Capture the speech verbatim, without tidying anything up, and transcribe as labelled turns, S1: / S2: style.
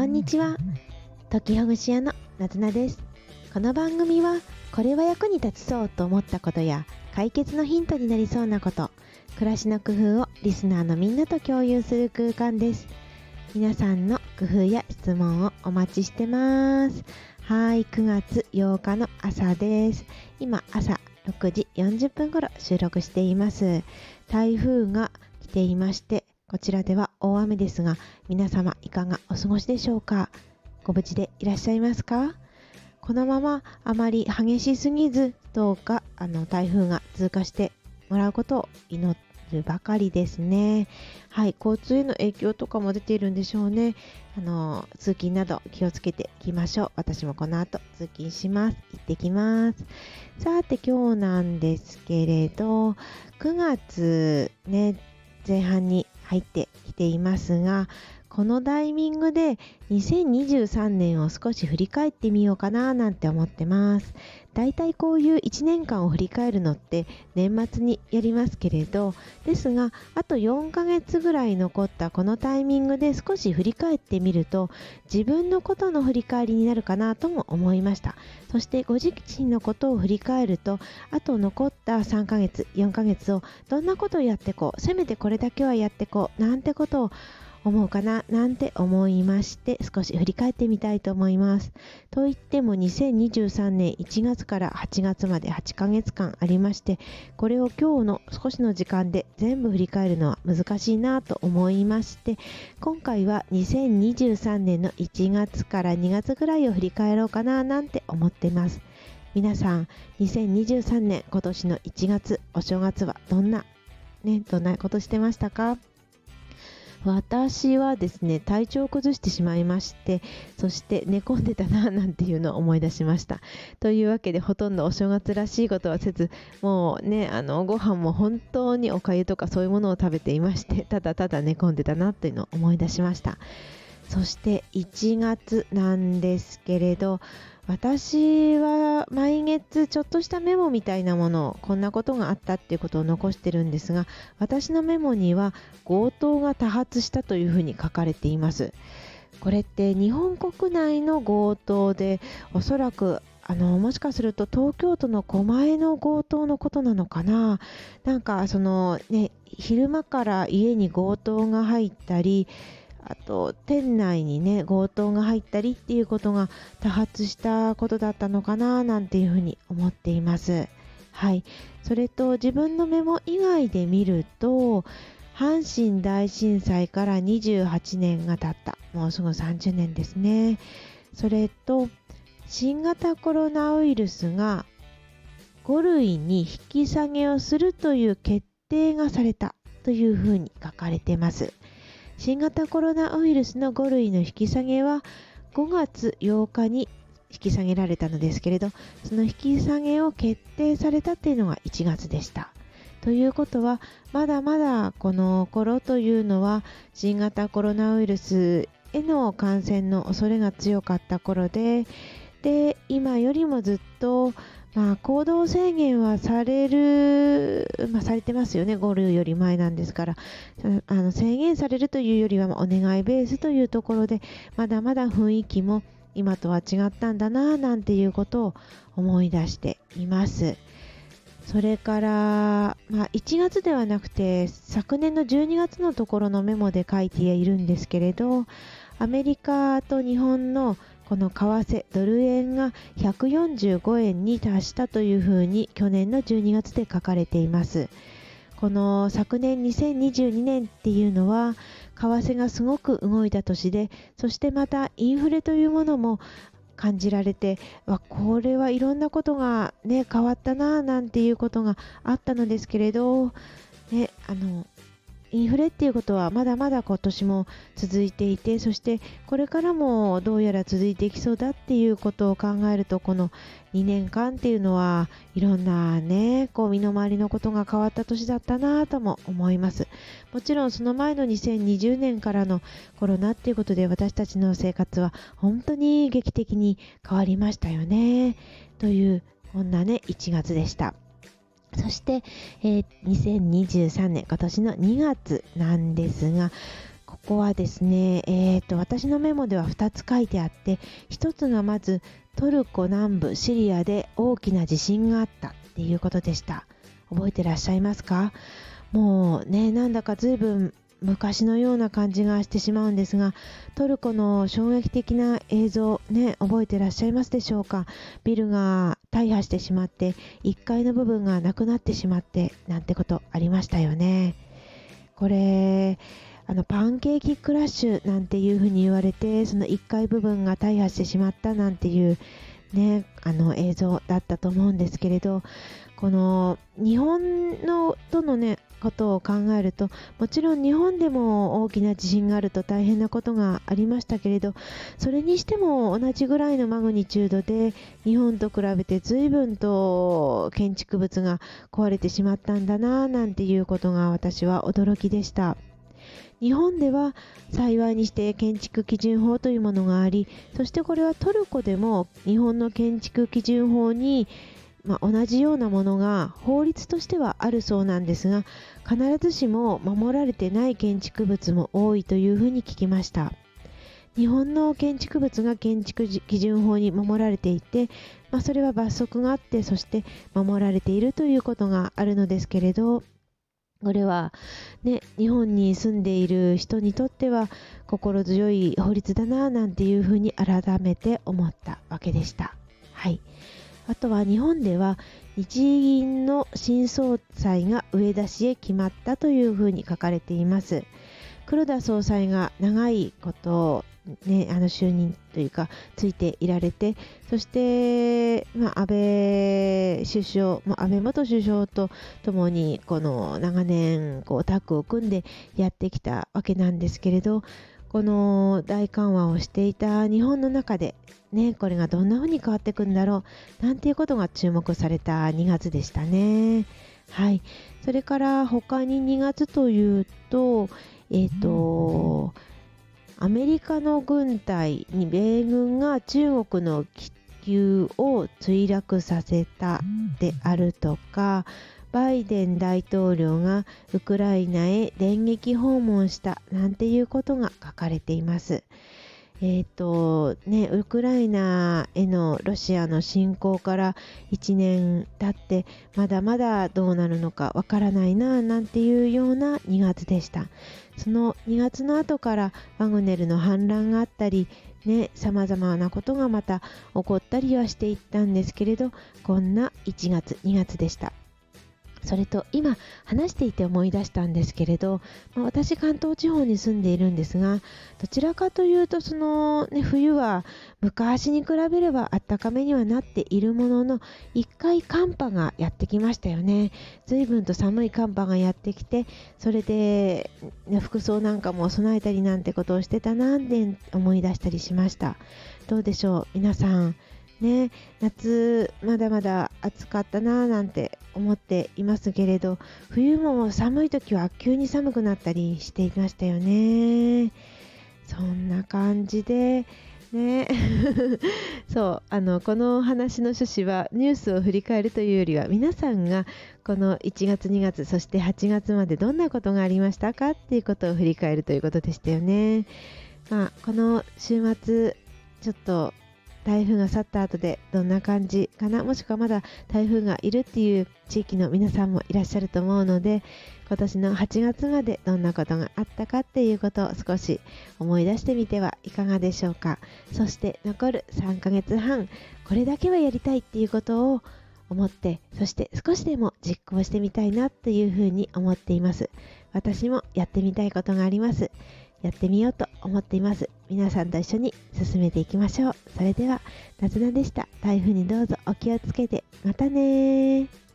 S1: んにちは。時ほぐし屋のなずなです。この番組はこれは役に立ちそうと思ったことや解決のヒントになりそうなこと、暮らしの工夫をリスナーのみんなと共有する空間です。皆さんの工夫や質問をお待ちしてます。はい、くがつようかの朝です。今朝ろくじよんじゅっぷん頃収録しています。台風が来ていまして、こちらでは大雨ですが、皆様いかがお過ごしでしょうか。ご無事でいらっしゃいますか。このままあまり激しすぎず、どうかあの台風が通過してもらうことを祈るばかりですね。はい、交通への影響とかも出ているんでしょうね。あの通勤など気をつけていきましょう。私もこの後通勤します。行ってきます。さて今日なんですけれど、くがつね前半に入ってきていますが、このタイミングでにせんにじゅうさんねんを少し振り返ってみようかななんて思ってます。だいたいこういういちねんかんを振り返るのって年末にやりますけれど、ですがあとよんかげつぐらい残ったこのタイミングで少し振り返ってみると、自分のことの振り返りになるかなとも思いました。そしてご自身のことを振り返ると、あと残ったさんかげつよんかげつをどんなことをやってこう、せめてこれだけはやってこうなんてことを思うかななんて思いまして、少し振り返ってみたいと思います。といってもにせんにじゅうさんねんいちがつからはちがつまではちかげつかんありまして、これを今日の少しの時間で全部振り返るのは難しいなと思いまして、今回はにせんにじゅうさんねんのいちがつからにがつぐらいを振り返ろうかななんて思っています。皆さんにせんにじゅうさんねん今年のいちがつお正月はどんなねどんなことしてましたか。私はですね、体調を崩してしまいまして、そして寝込んでたななんていうのを思い出しました。というわけでほとんどお正月らしいことはせず、もうね、あのご飯も本当におかゆとかそういうものを食べていまして、ただただ寝込んでたなというのを思い出しました。そしていちがつなんですけれど、私は毎月ちょっとしたメモみたいなものを、こんなことがあったっていうことを残してるんですが、私のメモには強盗が多発したというふうに書かれています。これって日本国内の強盗で、おそらくあのもしかすると東京都の狛江の強盗のことなのかな。なんかそのね、昼間から家に強盗が入ったり、あと店内にね強盗が入ったりっていうことが多発したことだったのかななんていうふうに思っています。はい。それと自分のメモ以外で見ると、阪神大震災からにじゅうはちねんが経った、もうすぐさんじゅうねんですね。それと新型コロナウイルスがごるいに引き下げをするという決定がされたというふうに書かれています。新型コロナウイルスのごるいの引き下げはごがつようかに引き下げられたのですけれど、その引き下げを決定されたというのがいちがつでした。ということは、まだまだこの頃というのは新型コロナウイルスへの感染の恐れが強かった頃で、で今よりもずっとまあ、行動制限はされる、まあ、されてますよね。ごるいより前なんですから、あの制限されるというよりはお願いベースというところで、まだまだ雰囲気も今とは違ったんだななんていうことを思い出しています。それから、まあ、いちがつではなくて昨年のじゅうにがつのところのメモで書いているんですけれど、アメリカと日本のこの為替ドル円がひゃくよんじゅうごえんに達したというふうに去年のじゅうにがつで書かれています。この昨年にせんにじゅうにねんっていうのは為替がすごく動いた年で、そしてまたインフレというものも感じられて、わこれはいろんなことがね変わったななんていうことがあったのですけれど、ね、あのインフレっていうことはまだまだ今年も続いていて、そしてこれからもどうやら続いていきそうだっていうことを考えると、このにねんかんっていうのはいろんなねこう身の回りのことが変わった年だったなとも思います。もちろんその前のにせんにじゅうねんからのコロナっていうことで私たちの生活は本当に劇的に変わりましたよねという、こんなねいちがつでした。そして、えー、にせんにじゅうさんねん今年のにがつなんですが、ここはですね、えーと、私のメモではふたつ書いてあって、ひとつがまずトルコ南部シリアで大きな地震があったっていうことでした。覚えてらっしゃいますか？もうね、なんだかずいぶん昔のような感じがしてしまうんですが、トルコの衝撃的な映像ね、覚えてらっしゃいますでしょうか？ビルが大破してしまっていっかいの部分がなくなってしまってなんてことありましたよね。これあのパンケーキクラッシュなんていうふうに言われて、そのいっかい部分が大破してしまったなんていうね、あの映像だったと思うんですけれど、この日本のとのねことを考えると、もちろん日本でも大きな地震があると大変なことがありましたけれど、それにしても同じぐらいのマグニチュードで日本と比べて随分と建築物が壊れてしまったんだななんていうことが私は驚きでした。日本では幸いにして建築基準法というものがあり、そしてこれはトルコでも日本の建築基準法にまあ、同じようなものが法律としてはあるそうなんですが、必ずしも守られてない建築物も多いというふうに聞きました。日本の建築物が建築基準法に守られていて、まあ、それは罰則があって、そして守られているということがあるのですけれど、これは、ね、日本に住んでいる人にとっては心強い法律だななんていうふうに改めて思ったわけでした。はい。あとは日本では日銀の新総裁が上田氏へ決まったというふうに書かれています。黒田総裁が長いことを、ね、あの就任というかついていられて、そして、まあ、安倍首相、まあ、安倍元首相とともにこの長年こうタッグを組んでやってきたわけなんですけれど、この大緩和をしていた日本の中でね、これがどんな風に変わっていくんだろうなんていうことが注目されたにがつでしたね。はい。それから他ににがつというと、えっと、アメリカの軍隊に米軍が中国の気球を墜落させたであるとか、バイデン大統領がウクライナへ電撃訪問したなんていうことが書かれています。えっとね、ウクライナへのロシアの侵攻からいちねん経ってまだまだどうなるのかわからないななんていうようなにがつでした。そのにがつの後からワグネルの反乱があったりね、様々なことがまた起こったりはしていったんですけれど、こんないちがつにがつでした。それと今話していて思い出したんですけれど、まあ、私関東地方に住んでいるんですが、どちらかというとその、ね、冬は昔に比べれば暖かめにはなっているものの、一回寒波がやってきましたよね。随分と寒い寒波がやってきて、それで、ね、服装なんかも備えたりなんてことをしてたなって思い出したりしました。どうでしょう皆さんね、夏まだまだ暑かったなぁなんて思っていますけれど、冬も寒い時は急に寒くなったりしていましたよね。そんな感じでねそうあのこの話の趣旨はニュースを振り返るというよりは、皆さんがこのいちがつにがつそしてはちがつまでどんなことがありましたかっていうことを振り返るということでしたよね。まあ、この週末ちょっと台風が去った後でどんな感じかな、もしくはまだ台風がいるっていう地域の皆さんもいらっしゃると思うので、今年のはちがつまでどんなことがあったかっていうことを少し思い出してみてはいかがでしょうか。そして残るさんかげつはん、これだけはやりたいっていうことを思って、そして少しでも実行してみたいなというふうに思っています。私もやってみたいことがあります。やってみようと思っています。皆さんと一緒に進めていきましょう。それでは、なずなでした。台風にどうぞお気をつけて。またねー。